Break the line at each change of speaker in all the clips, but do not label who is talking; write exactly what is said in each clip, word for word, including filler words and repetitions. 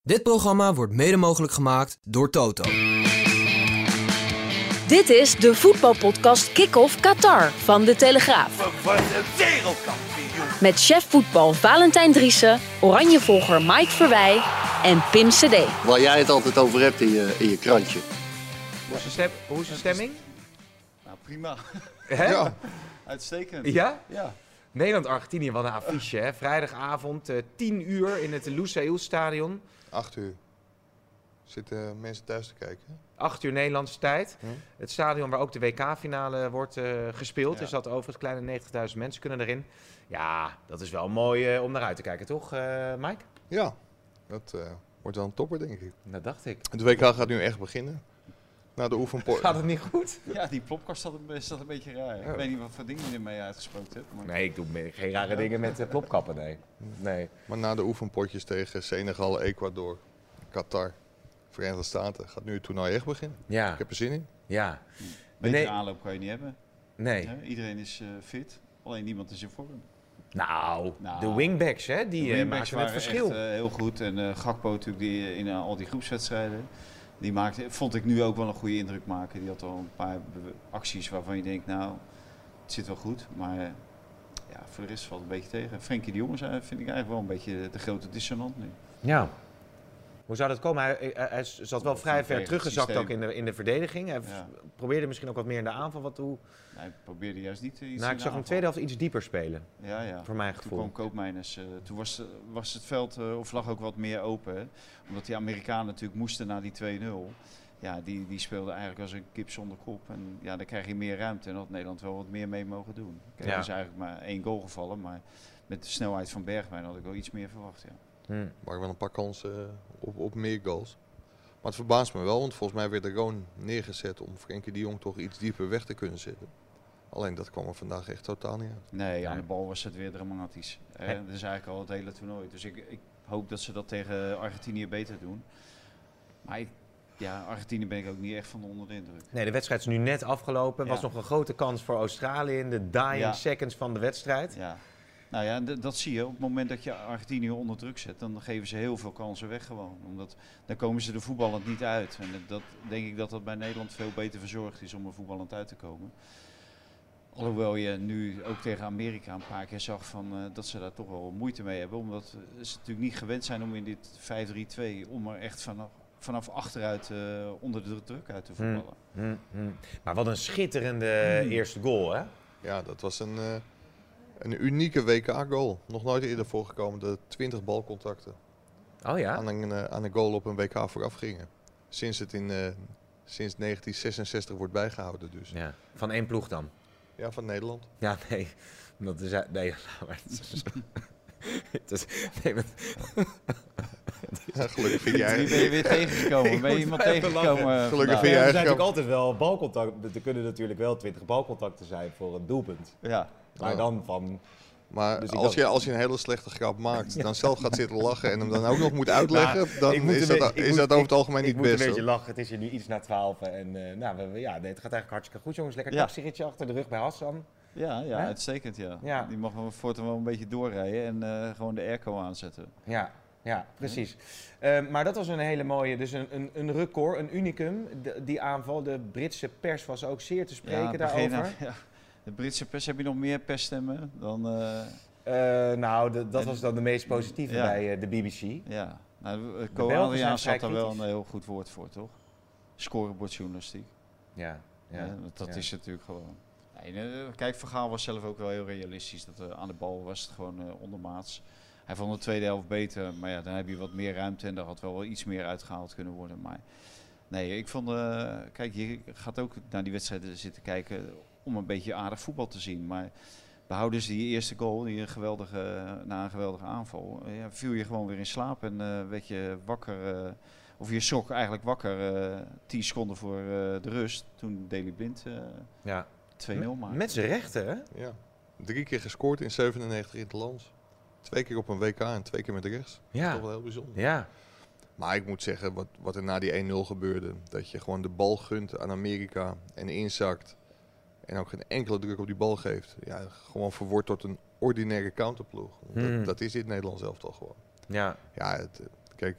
Dit programma wordt mede mogelijk gemaakt door Toto.
Dit is de voetbalpodcast Kick-Off Qatar van De Telegraaf.
We worden wereldkampioen.
Met chef voetbal Valentijn Driessen, Oranjevolger Mike Verwij en Pim Cedee.
Waar jij het altijd over hebt in je, in je krantje.
Hoe is de, stem, hoe is de stemming?
Nou, prima.
Hè?
Ja. Uitstekend.
Ja?
Ja.
Nederland-Argentinië, wat een affiche, hè? Vrijdagavond, uh, tien uur in het Lusail Stadion.
Acht uur. Zitten mensen thuis te kijken?
Acht uur Nederlandse tijd.
Hm?
Het stadion waar ook de W K-finale wordt uh, gespeeld.
Ja.
Er zat overigens kleine negentigduizend mensen kunnen erin. Ja, dat is wel mooi uh, om naar uit te kijken, toch, uh, Mike?
Ja, dat uh, wordt wel een topper, denk ik.
Dat dacht ik.
Het W K gaat nu echt beginnen. Na de oefenpot.
Gaat het niet goed?
Ja, die plopkast staat een, staat een beetje raar.
Oh.
Ik weet niet wat voor dingen je ermee uitgesproken hebt. Maar...
Nee, ik doe me- geen rare dingen met uh, plopkappen, nee. nee.
Maar na de oefenpotjes tegen Senegal, Ecuador, Qatar, Verenigde Staten, gaat nu het toernooi echt beginnen.
Ja,
Ik heb er zin in.
ja.
Betere
Nee.
aanloop kan je niet hebben.
Nee.
Hè? Iedereen is uh, fit, alleen niemand is in vorm.
Nou,
Nou,
de wingbacks, hè, die
De
uh,
wingbacks
maken het
waren
verschil.
echt, uh, heel goed. En uh, Gakpo natuurlijk die, uh, in uh, al die groepswedstrijden. Die maakte, vond ik nu ook wel een goede indruk maken. Die had al een paar be- acties waarvan je denkt, nou, het zit wel goed. Maar uh, ja, voor de rest valt het een beetje tegen. Frenkie de Jong is, uh, vind ik eigenlijk wel een beetje de grote dissonant nu.
Ja. Hoe zou dat komen? Hij, hij, hij zat wel vrij ver
Vanwege
teruggezakt
het
ook in de, in de verdediging. Hij
Ja.
probeerde misschien ook wat meer in de aanval. Wat hoe...
Hij probeerde juist niet uh, iets
Nou,
in
ik zag
de
hem
aanval.
tweede helft iets dieper spelen,
Ja, ja.
voor mijn
Toen
gevoel.
kwam Koopmeiners. Uh, toen was, uh, was het veld uh, of lag ook wat meer open. Hè? Omdat die Amerikanen natuurlijk moesten naar die twee nul. Ja, die, die speelden eigenlijk als een kip zonder kop. En ja, dan krijg je meer ruimte. En had Nederland wel wat meer mee mogen doen. Kijk,
Ja.
er is eigenlijk maar één goal gevallen. Maar met de snelheid van Bergwijn had ik wel iets meer verwacht. Ja.
Hm.
Maar wel een paar kansen uh, op, op meer goals. Maar het verbaast me wel, want volgens mij werd er gewoon neergezet om Frenkie de Jong toch iets dieper weg te kunnen zetten. Alleen dat kwam er vandaag echt totaal niet uit.
Nee, aan
Ja.
de bal was het weer dramatisch. Hè?
Hè?
Dat is eigenlijk al het hele toernooi. Dus ik, ik hoop dat ze dat tegen Argentinië beter doen. Maar ik, ja, Argentinië ben ik ook niet echt van onder de indruk.
Nee, de wedstrijd is nu net afgelopen. Er was
Ja.
nog een grote kans voor Australië in de dying
Ja.
seconds van de wedstrijd.
Ja. Nou ja, d- dat zie je. Op het moment dat je Argentinië onder druk zet, dan geven ze heel veel kansen weg gewoon. Omdat dan komen ze er voetballend niet uit. En dat denk ik dat dat bij Nederland veel beter verzorgd is om er voetballend uit te komen. Alhoewel je nu ook tegen Amerika een paar keer zag van, uh, dat ze daar toch wel moeite mee hebben. Omdat ze natuurlijk niet gewend zijn om in dit vijf drie twee, om er echt vanaf, vanaf achteruit uh, onder de druk uit te voetballen.
Hm, hm. Maar wat een schitterende
Hm.
eerste goal, hè?
Ja, dat was een, uh, een unieke W K-goal. Nog nooit eerder voorgekomen dat twintig balcontacten
Oh ja?
aan een, uh, aan een goal op een W K vooraf gingen. Sinds het in, uh, sinds negentien zesenzestig wordt bijgehouden dus.
Ja. Van één ploeg dan?
Ja, van Nederland.
Ja, nee. Dat is... Nee, maar het is... het is nee, maar...
Ja, gelukkig vind
Wie
jij...
ben je weer tegengekomen? Ben je
moet
iemand
wel even
tegengekomen?
lachen.
Gelukkig
vandaag?
vind
Ja,
jij
er zijn
eigenlijk
natuurlijk altijd wel balcontacten. Er kunnen natuurlijk wel twintig balcontacten zijn voor een doelpunt.
Ja.
Maar
Ja.
dan van...
Maar
Dus ik
als,
dacht-
je, als je een hele slechte grap maakt, dan zelf gaat zitten lachen en hem dan ook nog moet uitleggen, dan
ik moet
is
een
dat,
beetje- ik
is
moet-
dat over het
ik-
algemeen
Ik
niet
moet een
best.
beetje
hoor.
lachen. Het is hier nu iets na twaalf. En uh, nou, we, we- ja, nee, het gaat eigenlijk hartstikke goed, jongens. Lekker
Ja.
taxiritje achter de rug bij Hassan.
Ja, ja,
Hè?
uitstekend ja.
Ja.
Die mag wel voortaan wel een beetje doorrijden en uh, gewoon de airco aanzetten.
Ja, ja, precies. Uh, maar dat was een hele mooie, dus een, een, een record, een unicum. De, die aanval, de Britse pers was ook zeer te spreken
Ja,
daarover.
begin- ja. De Britse pers, heb je nog meer persstemmen dan... Uh,
Uh, nou, de, dat
En-
was dan de meest positieve
Ja.
bij uh, de B B C.
ja, nou, uh,
Belgen
Co
zijn
Adriaans
vrij
had daar wel
kritisch.
een heel goed woord voor, toch? Scorebordjournalistiek.
Ja, ja,
Ja, dat dat
ja.
is natuurlijk gewoon... Nee, uh, kijk, Van Gaal was zelf ook wel heel realistisch. Dat, uh, aan de bal was het gewoon uh, ondermaats. Hij vond de tweede helft beter, maar ja, dan heb je wat meer ruimte en daar had wel, wel iets meer uitgehaald kunnen worden. Maar nee, ik vond... Uh, kijk, je gaat ook naar die wedstrijden zitten kijken om een beetje aardig voetbal te zien. Maar behouden ze die eerste goal, die een geweldige, na een geweldige aanval, uh, ja, viel je gewoon weer in slaap en uh, werd je wakker... Uh, of je schrok eigenlijk wakker uh, tien seconden voor uh, de rust, toen Daley Blind uh,
Ja.
twee nul maakte.
Met zijn rechter, hè?
Ja. Drie keer gescoord in zevenennegentig interlands. Twee keer op een W K en twee keer met rechts. Dat is
Ja.
toch wel heel bijzonder.
Ja.
Maar ik moet zeggen, wat, wat er na die één nul gebeurde, dat je gewoon de bal gunt aan Amerika en inzakt en ook geen enkele druk op die bal geeft. Ja, gewoon verwoord tot een ordinaire counterploeg.
Hmm.
Dat, dat is dit Nederlands elftal gewoon.
Ja.
Ja, het, kijk,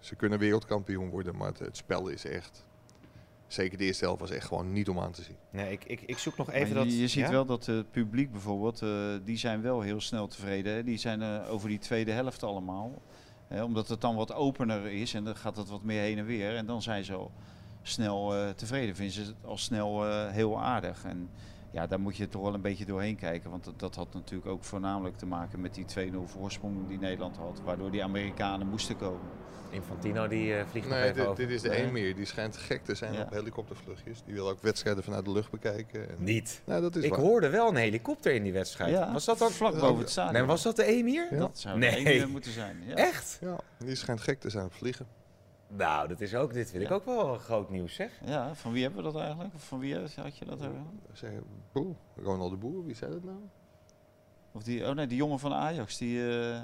ze kunnen wereldkampioen worden, maar het, het spel is echt... Zeker de eerste helft was echt gewoon niet om aan te zien.
Nee, ik, ik, ik zoek nog
Maar
even
je,
dat...
je ziet
ja?
wel dat het publiek bijvoorbeeld, uh, die zijn wel heel snel tevreden. Hè? Die zijn uh, over die tweede helft allemaal. Hè? Omdat het dan wat opener is en dan gaat het wat meer heen en weer. En dan zijn ze al snel uh, tevreden. Vinden ze het al snel uh, heel aardig. En ja, daar moet je toch wel een beetje doorheen kijken. Want dat, dat had natuurlijk ook voornamelijk te maken met die twee nul voorsprong die Nederland had. Waardoor die Amerikanen moesten komen.
Infantino die uh, vliegt nog
Nee,
even
dit,
over.
dit is de
Nee.
Emir. Die schijnt gek te zijn
Ja.
op helikoptervluchtjes. Die wil ook wedstrijden vanuit de lucht bekijken. En...
Niet.
Nou, dat is
Ik
waar.
hoorde wel een helikopter in die wedstrijd.
Ja,
Was dat dan
vlak boven het stadion.
Nee, was dat de Emir?
Ja.
Dat zou
Nee.
nee. moeten zijn. Ja.
Echt?
Ja, die schijnt gek te zijn op vliegen.
Nou, dat is ook, dit vind ik
Ja.
ook wel groot nieuws, zeg.
Ja, van wie hebben we dat eigenlijk? Of van wie had je dat? Ook?
Zeggen, boe, Ronald de Boer, wie zei dat nou?
Of die, oh nee, die jongen van Ajax, die, uh,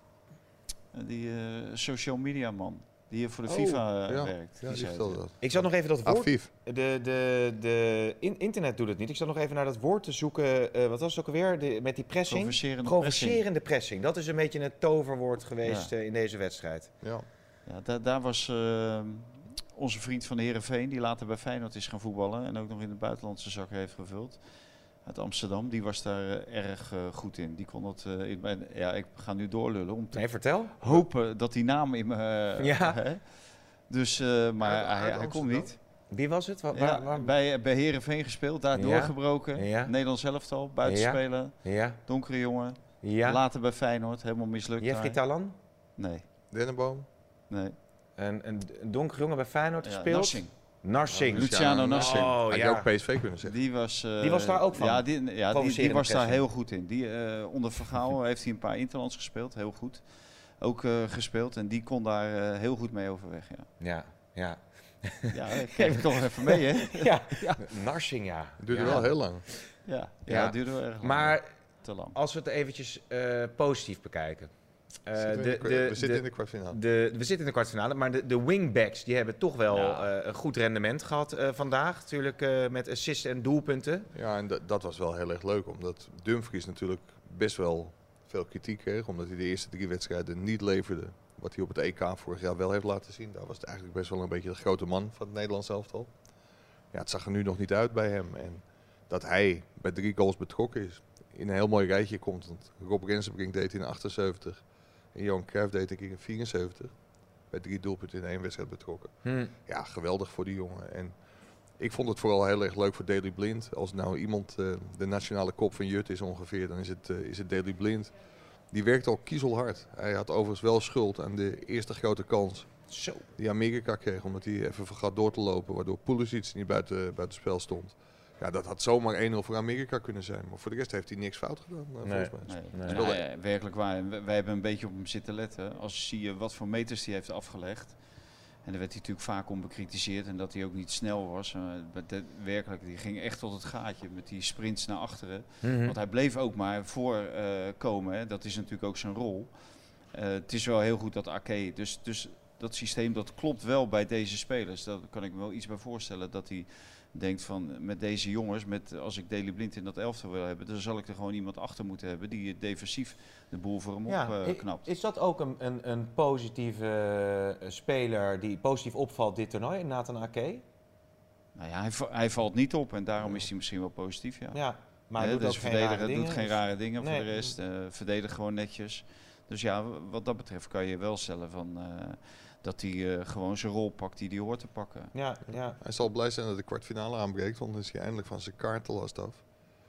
die uh, social media man, die hier voor de
Oh,
FIFA uh,
ja.
werkt.
Ja,
die
die
zei
vertelde
het.
dat.
Ik zat nog even dat woord...
Afif.
De, de, de in, internet doet het niet. Ik zat nog even naar dat woord te zoeken. Uh, wat was het ook alweer? De, met die pressing.
Provocerende
Provocerende pressing. Dat is een beetje het toverwoord geweest
Ja.
uh, in deze wedstrijd.
Ja.
Ja, da daar was uh, onze vriend van de Heerenveen, die later bij Feyenoord is gaan voetballen en ook nog in het buitenlandse zakken heeft gevuld. Uit Amsterdam, die was daar uh, erg uh, goed in. Die kon dat, uh, ik, ben, ja, ik ga nu doorlullen om te
Nee, vertel.
hopen dat die naam in me... Uh,
Ja.
Hè? Dus, uh, maar
Uit- uit
hij, hij kon
Amsterdam?
niet.
Wie was het? Wa-
Ja,
waar, waar-
bij, bij Heerenveen gespeeld, daar
Ja.
doorgebroken.
Ja.
Nederlands elftal, buitenspeler,
Ja.
donkere jongen.
Ja.
Later bij Feyenoord, helemaal mislukt.
Jeffrey
daar.
Talan.
Nee,
Dennenboom.
nee.
Een, een, een donkere jongen bij Feyenoord
Ja,
gespeeld.
Narsing.
Narsing.
Luciano Narsing.
Oh,
Had je
ja.
ook P S V kunnen zeggen.
Die was, uh,
Die was daar ook van?
Ja, die, ja, die, die
Provocerende
was daar
pressing.
heel goed in. Die, uh, onder Vergaal heeft hij een paar interlands gespeeld, heel goed. Ook uh, gespeeld en die kon daar uh, heel goed mee overweg. Ja,
Ja, ja.
ja ik kijk toch even mee, hè?
ja. Narsing, ja.
Het duurde
ja.
wel heel lang.
Ja, ja,
Ja.
het duurde wel erg lang.
Maar
te lang.
als we het eventjes uh, positief bekijken. Uh,
Zitten we, in de, we zitten in de kwartfinale.
De, we zitten in de kwartfinale, maar de, de wingbacks die hebben toch wel
Ja.
uh, een goed rendement gehad uh, vandaag. Natuurlijk uh, met assists en doelpunten.
Ja, en dat- dat was wel heel erg leuk. Omdat Dumfries natuurlijk best wel veel kritiek kreeg. Omdat hij de eerste drie wedstrijden niet leverde. Wat hij op het E K vorig jaar wel heeft laten zien. Daar was het eigenlijk best wel een beetje de grote man van het Nederlands elftal. Ja, het zag er nu nog niet uit bij hem. En dat hij bij drie goals betrokken is. In een heel mooi rijtje komt. Want Rob Rensenbrink deed in achtenzeventig. En Johan Cruijff deed ik in vierenzeventig. Bij drie doelpunten in één wedstrijd betrokken.
Hm.
Ja, geweldig voor die jongen. En ik vond het vooral heel erg leuk voor Daley Blind. Als nou iemand uh, de nationale kop van Jut is ongeveer, dan is het, uh, is het Daley Blind. Die werkt al kiezelhard. Hij had overigens wel schuld aan de eerste grote kans
Zo.
die Amerika kreeg. Omdat hij even vergat door te lopen, waardoor Pulisic niet buiten, buiten spel stond. Ja, dat had zomaar één nul voor Amerika kunnen zijn. Maar voor de rest heeft hij niks fout gedaan, uh,
Nee.
volgens mij.
Nee,
Nee.
Ja, ja, werkelijk waar. En wij wij hebben een beetje op hem zitten letten. Als zie je wat voor meters hij heeft afgelegd. En daar werd hij natuurlijk vaak om bekritiseerd. En dat hij ook niet snel was. Uh, maar de- werkelijk, die ging echt tot het gaatje met die sprints naar achteren.
Mhm.
Want hij bleef ook maar voorkomen. Uh, dat is natuurlijk ook zijn rol. Uh, het is wel heel goed dat Ake. Dus, dus dat systeem dat klopt wel bij deze spelers. Daar kan ik me wel iets bij voorstellen. Dat hij denkt van met deze jongens, met, als ik Daley Blind in dat elftal wil hebben, dan zal ik er gewoon iemand achter moeten hebben die defensief de boel voor hem
Ja, i-
opknapt.
is dat ook een, een, een positieve uh, speler die positief opvalt dit toernooi, Nathan Ake?
Nou ja, hij, va- hij valt niet op en daarom is hij misschien wel positief. Ja.
Ja, maar hij
Hè,
doet ook
dus
geen
verdediger
rare dingen.
doet geen
dus-
rare dingen
Nee.
voor de rest. Uh, verdedigt gewoon netjes. Dus ja, w- wat dat betreft kan je wel stellen van, uh, dat hij uh, gewoon zijn rol pakt die hij hoort te pakken.
Ja, ja.
Hij zal blij zijn dat de kwartfinale aanbreekt, want dan is hij eindelijk van zijn kaartenlast af.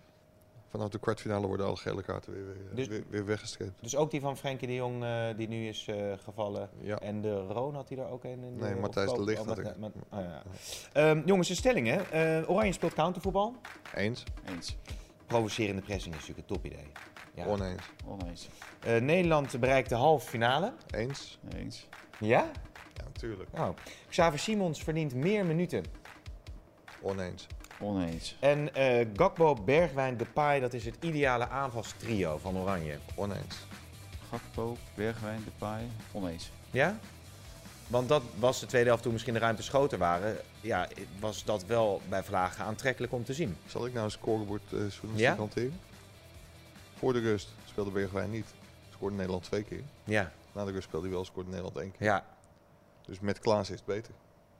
Vanaf de kwartfinale worden alle gele kaarten weer, weer,
Dus-
weer, weer weggestreept.
Dus ook die van Frenkie de Jong uh, die nu is uh, gevallen.
Ja.
En de Roon had hij daar ook een in de
Nee,
of
Matthijs de
koop-
Ligt
oh,
had
Mat-
ik.
Mat- oh, ja. Um, jongens, de stellingen. Uh, Oranje speelt countervoetbal.
Eens?
Eens.
Provocerende pressing is natuurlijk een topidee. Ja.
Oneens.
Oneens.
Uh, Nederland bereikt de halve finale.
Eens?
Eens.
Ja?
Ja, natuurlijk.
Oh. Xaver Simons verdient meer minuten.
Oneens.
Oneens.
En uh, Gakpo, Bergwijn, Depay, dat is het ideale aanvalstrio van Oranje.
Oneens.
Gakpo, Bergwijn, Depay. Oneens.
Ja? Want dat was de tweede helft toen misschien de ruimtes groter waren. Ja, was dat wel bij Vlagen aantrekkelijk om te zien.
Zal ik nou een scorebord uh, journalistiek
Ja?
hanteren? Voor de rust speelde Bergwijn niet. Scoorde Nederland twee keer.
Ja,
Na de rust speelde hij wel, scoorde Nederland één keer.
ja.
Dus met Klaassen is het beter.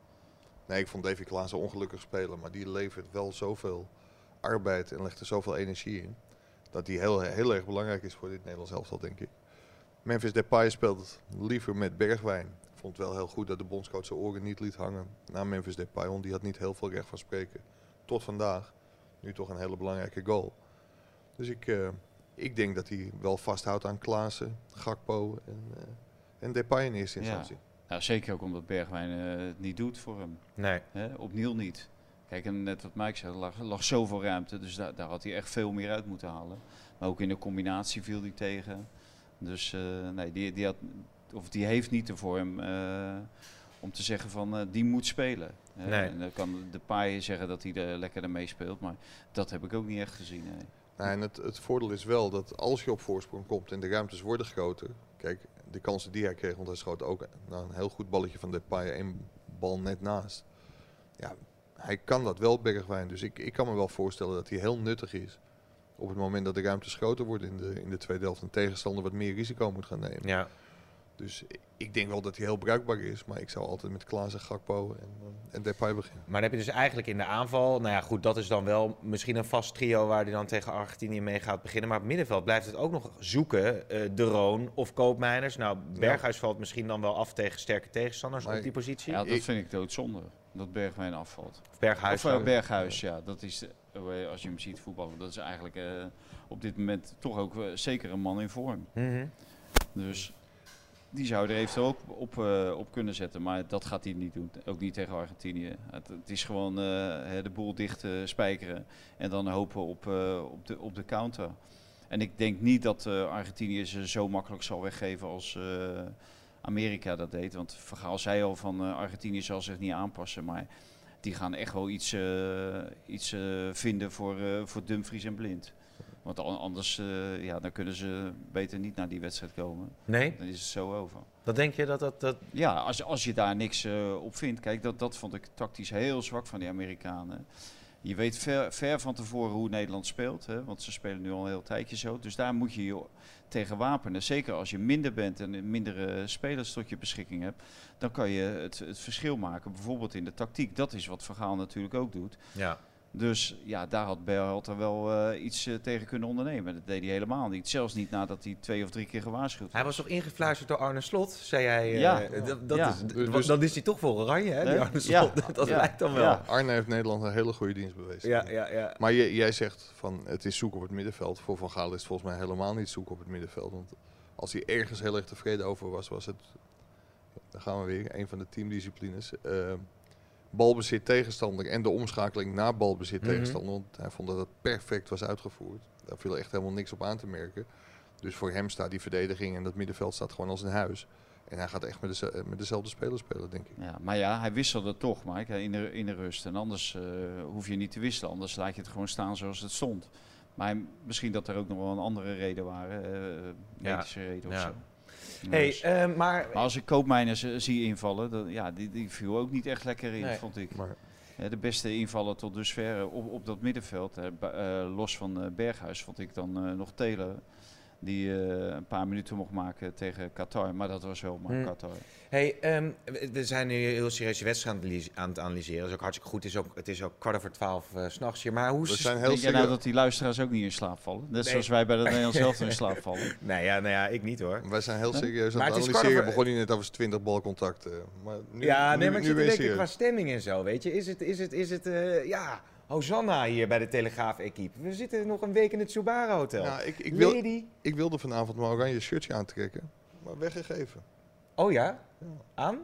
Nee, ik vond Davy Klaassen ongelukkig spelen, maar die levert wel zoveel arbeid en legt er zoveel energie in. Dat die heel, heel erg belangrijk is voor dit Nederlands elftal, denk ik. Memphis Depay speelt liever met Bergwijn. Ik vond het wel heel goed dat de bondscoach zijn oren niet liet hangen na Memphis Depay, want die had niet heel veel recht van spreken. Tot vandaag. Nu toch een hele belangrijke goal. Dus ik, uh, ik denk dat hij wel vasthoudt aan Klaassen, Gakpo en, uh, en Depay in eerste instantie.
Ja. Nou, zeker ook omdat Bergwijn uh, het niet doet voor hem.
Nee.
Hè? Opnieuw niet. Kijk, en net wat Mike zei, er lag, lag zoveel ruimte, dus daar, daar had hij echt veel meer uit moeten halen. Maar ook in de combinatie viel hij tegen. Dus uh, nee, die, die, had, of die heeft niet ervoor hem uh, om te zeggen van uh, die moet spelen. Hè?
Nee.
En dan kan de paai zeggen dat hij er lekker ermee speelt, maar dat heb ik ook niet echt gezien. Nee.
Nou, en het, het voordeel is wel dat als je op voorsprong komt en de ruimtes worden groter. Kijk, de kansen die hij kreeg, want hij schoot ook nou, een heel goed balletje van Depay, één bal net naast. Ja, hij kan dat wel, Bergwijn. Dus ik, ik kan me wel voorstellen dat hij heel nuttig is. Op het moment dat de ruimtes groter worden in de, in de tweede helft, een tegenstander wat meer risico moet gaan nemen.
Ja.
Dus ik denk wel dat hij heel bruikbaar is, maar ik zou altijd met Klaassen, Gakpo en, en Depay beginnen.
Maar dan heb je dus eigenlijk in de aanval, nou ja goed, dat is dan wel misschien een vast trio waar hij dan tegen Argentinië mee gaat beginnen. Maar op het middenveld blijft het ook nog zoeken, uh, De Roon of Koopmeiners. Nou, Berghuis ja. valt misschien dan wel af tegen sterke tegenstanders maar op die positie.
Ja, dat vind ik doodzonde, dat Bergwijn afvalt.
Of Berghuis.
Of uh, Berghuis, ja. Dat is, uh, als je hem ziet voetballen, dat is eigenlijk uh, op dit moment toch ook uh, zeker een man in vorm.
Mm-hmm.
Dus... Die zou er eventueel ook op, uh, op kunnen zetten, maar dat gaat hij niet doen. Ook niet tegen Argentinië. Het, het is gewoon uh, de boel dicht uh, spijkeren en dan hopen op, uh, op, de, op de counter. En ik denk niet dat uh, Argentinië ze zo makkelijk zal weggeven als uh, Amerika dat deed. Want Vergaal zei al van uh, Argentinië zal zich niet aanpassen, maar die gaan echt wel iets, uh, iets uh, vinden voor, uh, voor Dumfries en Blind. Want anders uh, ja, dan kunnen ze beter niet naar die wedstrijd komen.
Nee?
Dan is het zo over.
Dat denk je dat dat... dat...
Ja, als, als je daar niks uh, op vindt. Kijk, dat, dat vond ik tactisch heel zwak van die Amerikanen. Je weet ver, ver van tevoren hoe Nederland speelt. Hè, want ze spelen nu al een heel tijdje zo. Dus daar moet je je tegen wapenen. Zeker als je minder bent en mindere spelers tot je beschikking hebt. Dan kan je het, het verschil maken. Bijvoorbeeld in de tactiek. Dat is wat Vergaal natuurlijk ook doet.
Ja.
Dus ja, daar had Berhalter wel uh, iets uh, tegen kunnen ondernemen. Dat deed hij helemaal niet. Zelfs niet nadat hij twee of drie keer gewaarschuwd was.
Hij was toch ingefluisterd door Arne Slot, zei jij? Uh,
ja.
Dat, dat
ja.
Is, dus, dan is hij toch voor Oranje, hè, die Arne Slot. Ja. Dat
ja.
lijkt dan wel.
Ja.
Arne heeft Nederland een hele goede dienst bewezen.
Ja, ja, ja.
Maar je, jij zegt van het is zoeken op het middenveld. Voor Van Gaal is het volgens mij helemaal niet zoeken op het middenveld. Want als hij ergens heel erg tevreden over was, was het... Dan gaan we weer, een van de teamdisciplines... Uh, balbezit tegenstander en de omschakeling naar balbezit mm-hmm. tegenstander. Want hij vond dat het perfect was uitgevoerd. Daar viel echt helemaal niks op aan te merken. Dus voor hem staat die verdediging en dat middenveld staat gewoon als een huis. En hij gaat echt met, de, met dezelfde spelers spelen, denk ik.
Ja, maar ja, hij wisselde toch, Mike, in de, in de rust. En anders uh, hoef je niet te wisselen. Anders laat je het gewoon staan zoals het stond. Maar hij, misschien dat er ook nog wel een andere reden waren. Uh, medische ja. reden of ja. zo.
Hey,
dus.
uh, maar...
maar als ik Koopmeiners uh, zie invallen, dan, ja, die, die viel ook niet echt lekker in,
nee.
vond ik.
Maar...
Ja, de beste invaller tot dusver op, op dat middenveld, uh, uh, los van uh, Berghuis, vond ik dan uh, nog Taylor. Die uh, een paar minuten mocht maken tegen Qatar, maar dat was wel maar hmm. Qatar.
Hey, um, we zijn nu heel serieus de wedstrijd aan het analyseren. Dat is ook hartstikke goed. Het is ook, het is ook kwart over twaalf uh, 's nachts hier. Maar hoe
we zijn heel
denk jij nou dat die luisteraars ook niet in slaap vallen? Net nee. zoals wij bij de Nederlands zelf in slaap vallen.
Nee, ja, nee, ja, ik niet hoor.
Wij zijn heel serieus aan
maar
het
het
analyseren.
Over...
Begon je net over twintig balcontacten. Maar nu,
ja,
nu,
nee, maar
nu,
ik
nu
zit te denken qua stemming en zo, weet je. Is het, is het, is het, uh, ja... Hosanna hier bij de Telegraaf-equipe. We zitten nog een week in het Subara Hotel.
Ja, ik, ik, wil, ik wilde vanavond mijn oranje shirtje aantrekken, maar weggegeven.
Oh ja?
ja?
Aan?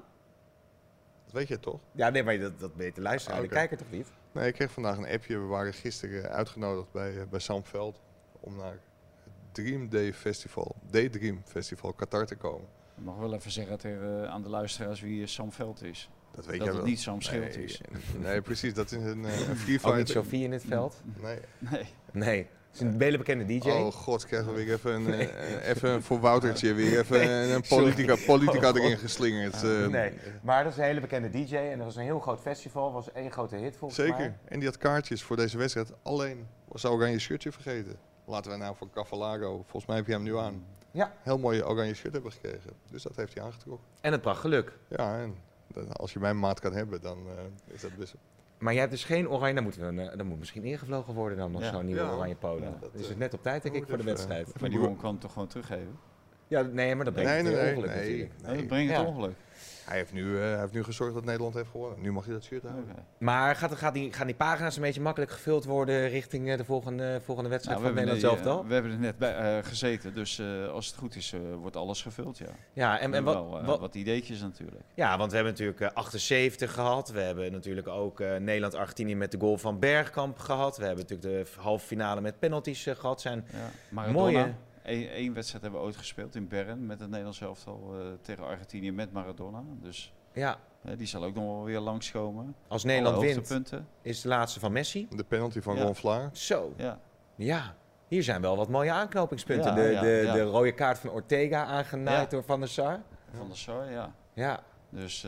Dat weet je toch?
Ja, nee, maar dat, dat weet de luisteraar. Ah, okay. De kijker toch niet?
Nee, ik kreeg vandaag een appje. We waren gisteren uitgenodigd bij, uh, bij Sam Veld om naar het Dream Day Festival, Daydream Festival Qatar te komen.
Ik mag wel even zeggen tegen, uh, aan de luisteraars wie Sam Veld is.
Dat weet
dat
jij
het
wel.
niet Sam Schild is.
Nee, precies. Dat is een, uh, een free fighter.
Ook niet Sofie in het veld?
Nee.
Nee.
Nee. Het is een hele bekende D J.
Oh god, krijgen we weer even een, nee. uh, even voor Woutertje weer even nee. een politica, politica oh, erin geslingerd. Uh,
nee, maar dat is een hele bekende D J en dat was een heel groot festival. Was één grote hit volgens
Zeker.
mij.
Zeker. En die had kaartjes voor deze wedstrijd. Alleen was oranje shirtje vergeten. Laten we nou voor Cavalago, volgens mij heb je hem nu aan.
Ja.
Heel mooi oranje shirt hebben gekregen. Dus dat heeft hij aangetrokken.
En het bracht geluk.
Ja, en dan, als je mijn maat kan hebben, dan uh, is dat best...
Maar jij hebt dus geen oranje, dan, moeten we, uh, dan moet misschien ingevlogen worden dan nog
Ja.
zo'n nieuwe
Ja.
oranje polo.
Ja,
Dat is het net op tijd, denk ik, voor de
even,
wedstrijd.
uh,
Maar die jongen kan het toch gewoon teruggeven?
Ja, nee, maar dat brengt
Nee,
het
nee,
in
nee,
ongeluk
nee,
natuurlijk.
Nee. Dat brengt het
Ja.
ongeluk.
Hij heeft, nu, uh, hij heeft nu gezorgd dat Nederland heeft gewonnen. Nu mag hij dat shirt houden.
Okay.
Maar gaat, gaat die, gaan die pagina's een beetje makkelijk gevuld worden richting uh, de volgende, volgende wedstrijd
Nou, we,
van
hebben
Nederland
er,
zelf
uh, we hebben er net bij uh, gezeten, dus uh, als het goed is, uh, wordt alles gevuld, ja.
Ja, en, en wat,
wel, uh,
wat,
wat ideetjes natuurlijk.
ja, want we hebben natuurlijk uh, achtenzeventig gehad. We hebben natuurlijk ook uh, Nederland-Argentinië met de goal van Bergkamp gehad. We hebben natuurlijk de halve finale met penalties uh, gehad. Zijn
Ja. Maradona,
mooie...
Eén, één wedstrijd hebben we ooit gespeeld in Bern met het Nederlands elftal uh, tegen Argentinië met Maradona. Dus
Ja,
uh, die zal ook nog wel weer langskomen.
als Nederland
Alle
wint,
hoogtepunten.
is de laatste van Messi.
De penalty van
Ja.
Ron Vlaar.
Zo,
Ja.
ja. Hier zijn wel wat mooie aanknopingspunten.
Ja,
de,
ja,
de,
ja.
de rode kaart van Ortega aangenaaid
Ja.
door Van der Sar.
Van der Sar, ja.
Ja,
Dus uh,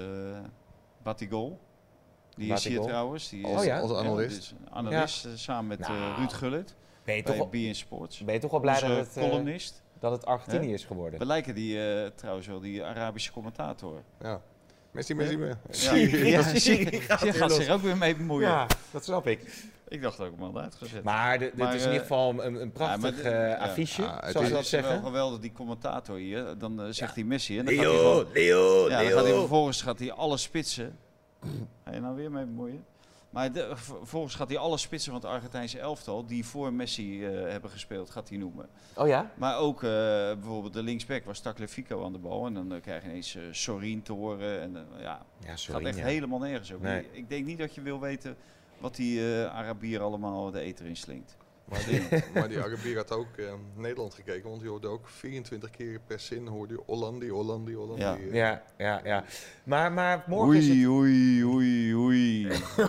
Batigol. Die is
Batigol.
hier trouwens. Die
Als,
Oh ja?
als analist.
Ja, dus analist uh, samen met uh,
Nou,
Ruud Gullit
ben je
bij
toch
B
wel,
N Sports.
ben je toch wel blij
Onze
dat het, uh,
columnist.
dat het Argentinië
Hè?
is geworden?
We lijken die uh, trouwens wel, die Arabische commentator.
Ja. Messi, Messi, Messi.
Ja,
Siri,
ja,
Siri
Siri
gaat
gaat,
weer los.
zich ook weer mee bemoeien.
Ja, dat snap ik.
Ik dacht dat ik hem al uitgezet.
Maar de- dit
Maar,
is in
uh,
ieder geval een, een prachtig
ja, maar de-
uh,
ja.
affiche,
Ah, het
zoals
is-
we
dat
dat
is wel
zeggen.
geweldig, die commentator hier. Dan uh, zegt hij Messi en dan gaat hij,
Leo,
gewoon,
Leo,
ja, dan gaat hij
Leo.
vervolgens gaat hij alle spitsen. Ga je nou weer mee bemoeien? Maar de, vervolgens gaat hij alle spitsen van het Argentijnse elftal die voor Messi uh, hebben gespeeld, gaat hij noemen.
Oh ja?
Maar ook uh, bijvoorbeeld de linksback was Tagliafico aan de bal en dan uh, krijg je ineens uh, Sorin te horen en uh, ja,
Ja,
het
sorry.
gaat echt
ja.
helemaal nergens over.
Nee.
Ik denk niet dat je wil weten wat die uh, Arabier allemaal de eter in slinkt.
Maar die, maar die Arabier had ook uh, Nederland gekeken, want die hoorde ook vierentwintig keer per zin hoorde je Hollandi, Hollandi, Hollandi.
Ja.
Uh,
Ja, ja, ja. Maar, maar morgen is het...
Oei, oei, oei, oei.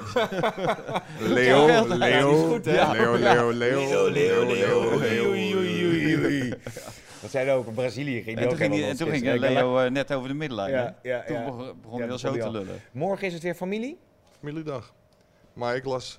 Leo,
Ja,
Leo,
ja, die is goed, hè?
Leo, Leo, Leo,
Leo, Leo, Leo,
Leo,
oei, oei, oei, oei. Dat zei hij ook, in Brazilië ging
En
die
toen
ook
ging, die,
helemaal
en toen
los.
ging
Dus,
Leo uh, net over de middenlijn. hè?
Ja, ja,
Toen
ja.
begon, begon
Ja,
hij al zo
begon
te
hij al.
lullen.
Morgen is het weer familie?
Familiedag. Maar ik las uh,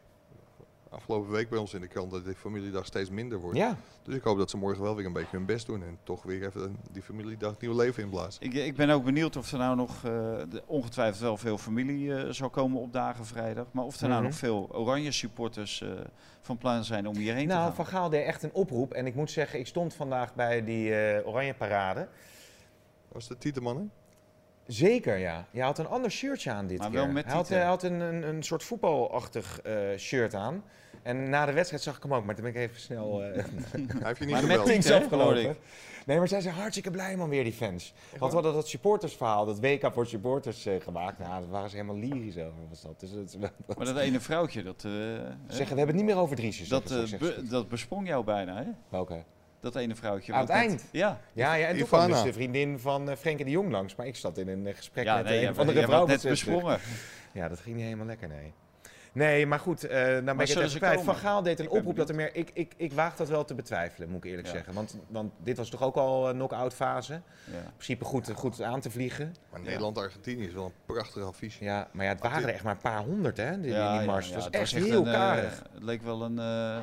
afgelopen week bij ons in de krant dat de familiedag steeds minder wordt.
Ja.
Dus ik hoop dat ze morgen wel weer een beetje hun best doen en toch weer even die familiedag nieuw leven inblazen.
Ik, ik ben ook benieuwd of er nou nog, uh, de, ongetwijfeld wel veel familie uh, zal komen opdagen vrijdag. Maar of er nou
Mhm.
nog veel oranje supporters uh, van plan zijn om hierheen te
Nou,
gaan.
Van Gaal deed echt een oproep. En ik moet zeggen, ik stond vandaag bij die uh, oranje parade.
Was de Tieteman, hè?
Zeker, ja. Je had een ander shirtje aan dit
Maar
keer.
wel met
hij had,
tieten.
hij had een, een, een soort voetbalachtig uh, shirt aan. En na de wedstrijd zag ik hem ook, maar toen ben ik even snel uh,
Hij heeft je niet
Maar met
gebeld.
die-
links
hè,
afgelopen.
hoorde ik.
Nee, maar zij zijn hartstikke blij man weer, die fans. Want we hadden dat supportersverhaal, dat W K voor supporters uh, gemaakt. Nou, daar waren ze helemaal lyrisch over. Was dat. Dus het,
Maar dat ene vrouwtje, dat, uh,
zeggen, we hebben het niet meer over Driesjes.
dat,
zeggen
uh,
ze,
be-
zeggen ze.
dat besprong jou bijna, hè?
Welke?
Dat ene vrouwtje.
Aan
wat
het
net-
eind?
Ja.
Ja, ja, en toen
Ivana.
kwam dus de vriendin van uh, Frenkie de Jong langs. Maar ik zat in een uh, gesprek
Ja,
met
nee,
een
jij
van de
jij
vrouw.
werd net besprongen.
Ja, dat ging niet helemaal lekker, nee. Nee, maar goed, uh, dan ben ik het
zullen
even
ze
kwijt.
komen?
Van Gaal deed een
Ik ben
oproep dat er meer... Ik, ik, ik waag dat wel te betwijfelen, moet ik eerlijk
Ja.
zeggen. Want, want dit was toch ook al een knock-out fase.
Ja.
In principe goed, goed aan te vliegen.
Maar Nederland-Argentinië is wel een prachtig affiche.
Ja, maar ja, het waren er echt maar een paar honderd, hè, die,
Ja,
die
ja,
mars.
ja,
Het was
het
echt
was echt
heel
een, eh,
karig.
Het leek wel een, uh,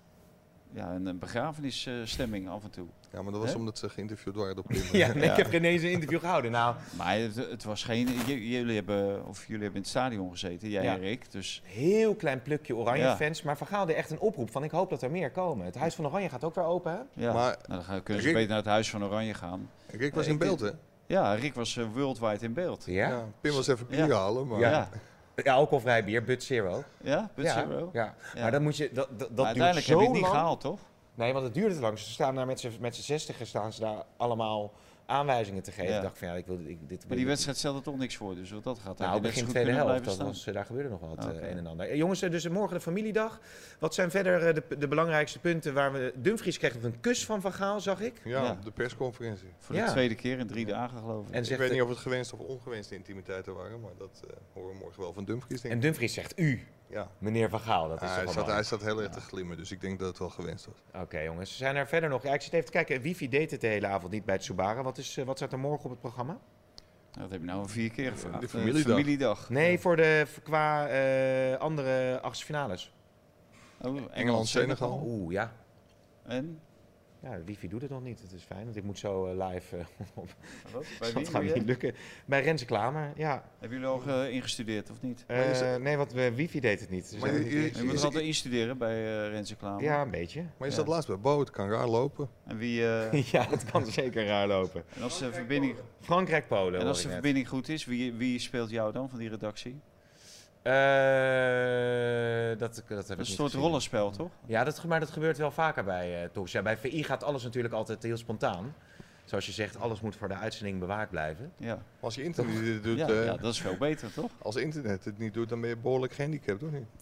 ja, een begrafenisstemming af en toe.
Ja, maar dat was
Hè?
omdat ze geïnterviewd waren door Pim.
Ja, nee,
Ja.
ik heb geen eens een interview gehouden. Nou,
Maar het, het was geen. j- Jullie hebben, of jullie hebben in het stadion gezeten, jij
Ja.
en Rick. Dus
heel klein plukje oranje
Ja.
fans. Maar Van Gaal deed echt een oproep van ik hoop dat er meer komen. Het Huis van Oranje gaat ook weer open, hè?
ja,
Maar
nou, dan gaan, kunnen ze
Rick-
beter naar het Huis van Oranje gaan.
Rick was
Ja,
in
ik-
beeld, hè?
Ja, Rick was uh, worldwide in beeld.
Ja?
Ja, Pim was even bier
Ja.
halen, maar...
Ja.
Ja,
Ja, alcoholvrij bier, Bud Zero.
ja, Bud
ja,
Zero.
Ja.
Ja.
Maar dan moet je, dat, dat, dat
Maar
duurt
uiteindelijk
zo
heb je het niet
lang.
gehaald, toch?
Nee, want het duurde te lang. Ze staan daar met z'n met z'n zestigen staan ze daar allemaal aanwijzingen te geven.
Ja.
Ik dacht van ja, ik wil ik, dit.
Maar die wedstrijd stelde toch niks voor, dus wat dat gaat.
Nou,
had je net
begin
zo goed
tweede
kunnen
helft,
blijven
dat
staan.
was, eh, daar gebeurde nog wat
Oké.
eh, een en ander. Eh, jongens, eh, dus morgen de familiedag. Wat zijn verder eh, de, de belangrijkste punten waar we... Dumfries kreeg nog een kus van Van Gaal, zag ik.
Ja,
Ja.
op de persconferentie.
Voor
Ja.
de tweede keer in drie dagen, geloof ik.
En,
Ik
zegt,
weet niet of het gewenste of ongewenste intimiteiten waren, maar dat uh, horen we morgen wel van Dumfries, denk
en
ik.
Dumfries zegt u,
Ja.
meneer Van Gaal. Dat is
Ah,
toch
hij,
wel
zat,
mooi.
hij zat heel erg te glimmen, dus ik denk dat het wel gewenst was.
Oké jongens, zijn er verder nog... Ja, ik zit even te kijken. Wifi deed het de hele avond niet bij het Subara. Wat, is, eh, wat staat er morgen op het programma?
Nou, dat heb je nou al vier keer gevraagd.
de
Eh,
familiedag.
familiedag.
Nee, voor de, qua eh, andere achtste finales.
Oh,
Engeland, Senegal.
Oeh, ja.
En?
Ja, de wifi doet het nog niet. Het is fijn, want ik moet zo uh, live uh, op.
Wat? Bij
Dat
wie?
gaat niet lukken. Bij Renze Klamer, ja.
Hebben jullie al uh, ingestudeerd of niet?
Uh, het... Nee, want uh, wifi deed het niet. Dus
maar je, je, je,
je moet er altijd instuderen bij uh, Renze Klamer.
Ja, een beetje.
Maar je
ja.
zat laatst bij Bo, het kan raar lopen.
En wie... Uh...
ja, het kan zeker raar lopen.
En als de verbinding...
Frankrijk-Polen.
En als de verbinding goed is, wie, wie speelt jou dan van die redactie?
Uh, dat, dat heb
dat
ik
is
niet
een soort rollenspel, toch?
Ja, dat, maar dat gebeurt wel vaker bij uh, talks. Ja, bij V I gaat alles natuurlijk altijd heel spontaan. Zoals je zegt, alles moet voor de uitzending bewaard blijven.
Ja.
Als je internet dit doet,
ja,
uh,
ja, dat is veel beter, toch?
Als internet het niet doet, dan ben je behoorlijk gehandicapt, of niet?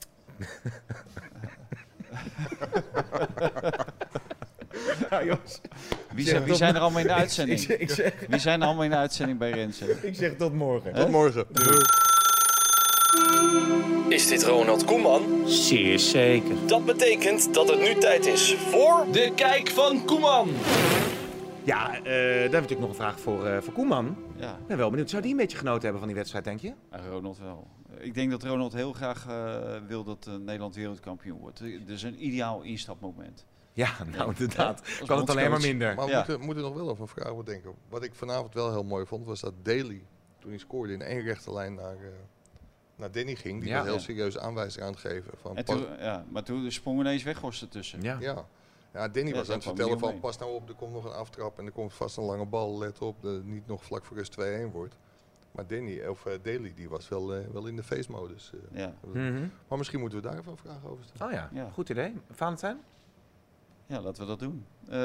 Nou, jongens.
Wie, zijn, wie zijn er allemaal in de
Ik,
uitzending?
ik zeg,
Wie zijn er allemaal in de uitzending bij Renze?
ik zeg tot morgen.
Tot morgen.
Is dit Ronald Koeman?
Zeer zeker.
Dat betekent dat het nu tijd is voor...
De Kijk van Koeman.
Ja, uh, daar hebben we natuurlijk nog een vraag voor, uh, voor Koeman.
Ja.
Ik ben wel benieuwd. Zou die een beetje genoten hebben van die wedstrijd, denk je?
Ja, Ronald wel. Ik denk dat Ronald heel graag uh, wil dat uh, Nederland wereldkampioen wordt. Het is een ideaal instapmoment.
Ja, nou inderdaad.
Ja,
kan het alleen maar minder.
Maar we
Ja.
moeten, moeten nog wel over een vraag wat denken. Wat ik vanavond wel heel mooi vond, was dat Daly, toen hij scoorde, in één rechte lijn naar, uh, naar Danny ging. Die
Ja.
had heel
Ja.
serieuze aanwijzingen aan het geven. Van
En
pas,
toen, ja, maar toen sprong ineens Weghorst ertussen.
Ja.
ja. ja, Danny
Ja,
was
daar
aan het
kwam
vertellen
hij
van
omheen.
pas nou op, er komt nog een aftrap en er komt vast een lange bal. Let op, dat het niet nog vlak voor rust twee-een wordt. Maar Danny, of uh, Daly, die was wel, uh, wel in de feestmodus. Uh.
Ja.
Mm-hmm.
Maar misschien moeten we daar even een vraag over stellen.
Oh ja.
Ja.
Goed idee. Valentijn?
ja, laten we dat doen. Uh,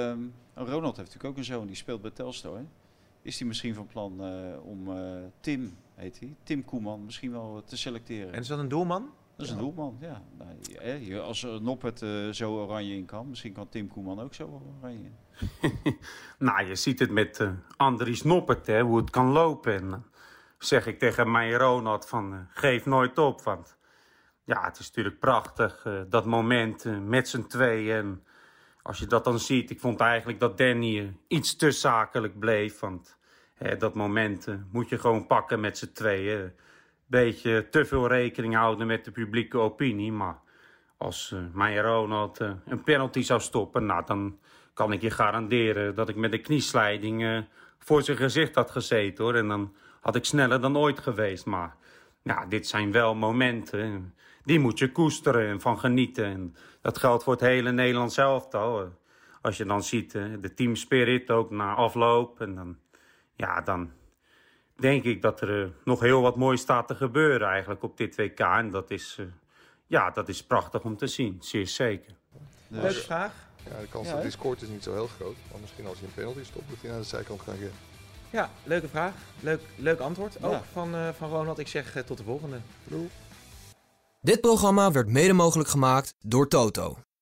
Ronald heeft natuurlijk ook een zoon, die speelt bij Telstar. Hè? Is hij misschien van plan uh, om uh, Tim, heet hij, Tim Koeman, misschien wel te selecteren?
En is dat een doelman?
Dat is een doelman, ja. Nou, ja, je- als uh, Noppert uh, zo oranje in kan, misschien kan Tim Koeman ook zo oranje in.
Nou, je ziet het met uh, Andries Noppert, hè, hoe het kan lopen. En dan zeg ik tegen mijn Ronald van, uh, geef nooit op. Want ja, het is natuurlijk prachtig, uh, dat moment uh, met z'n tweeën. En als je dat dan ziet, ik vond eigenlijk dat Danny uh, iets te zakelijk bleef. Want hè, dat moment uh, moet je gewoon pakken met z'n tweeën. Beetje te veel rekening houden met de publieke opinie. Maar als uh, mijn Ronald uh, een penalty zou stoppen, nou, dan kan ik je garanderen dat ik met de knieslijding uh, voor zijn gezicht had gezeten, hoor. En dan had ik sneller dan ooit geweest. Maar ja, dit zijn wel momenten, die moet je koesteren en van genieten. En dat geldt voor het hele Nederlands elftal. Uh, als je dan ziet, uh, de teamspirit ook na afloop. En dan, ja, dan denk ik dat er uh, nog heel wat moois staat te gebeuren eigenlijk op dit W K. En dat is, uh, ja, dat is prachtig om te zien, zeer zeker.
Dus,
Leuke vraag.
Ja, de kans
Ja,
dat
hè?
hij scoort is niet zo heel groot. Maar misschien als hij een penalty stopt, dat hij naar de zijkant gaat rennen.
Ja, leuke vraag. Leuk, leuk antwoord ook
Ja.
van, uh, van Ronald. Ik zeg uh, tot de volgende.
Dit programma werd mede mogelijk gemaakt door Toto.